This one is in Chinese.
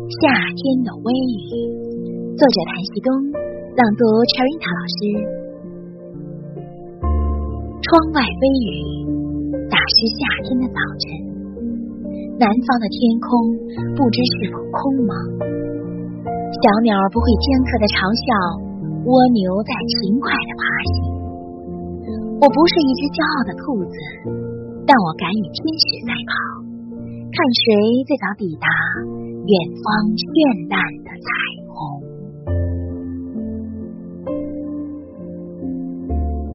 夏天的微雨，作者谭旭东，朗读 Cherita 老师。窗外微雨，打湿夏天的早晨。南方的天空不知是否空茫，小鸟不会尖刻的嘲笑，蜗牛在勤快的爬行。我不是一只骄傲的兔子，但我敢与天使赛跑，看谁最早抵达远方绚烂的彩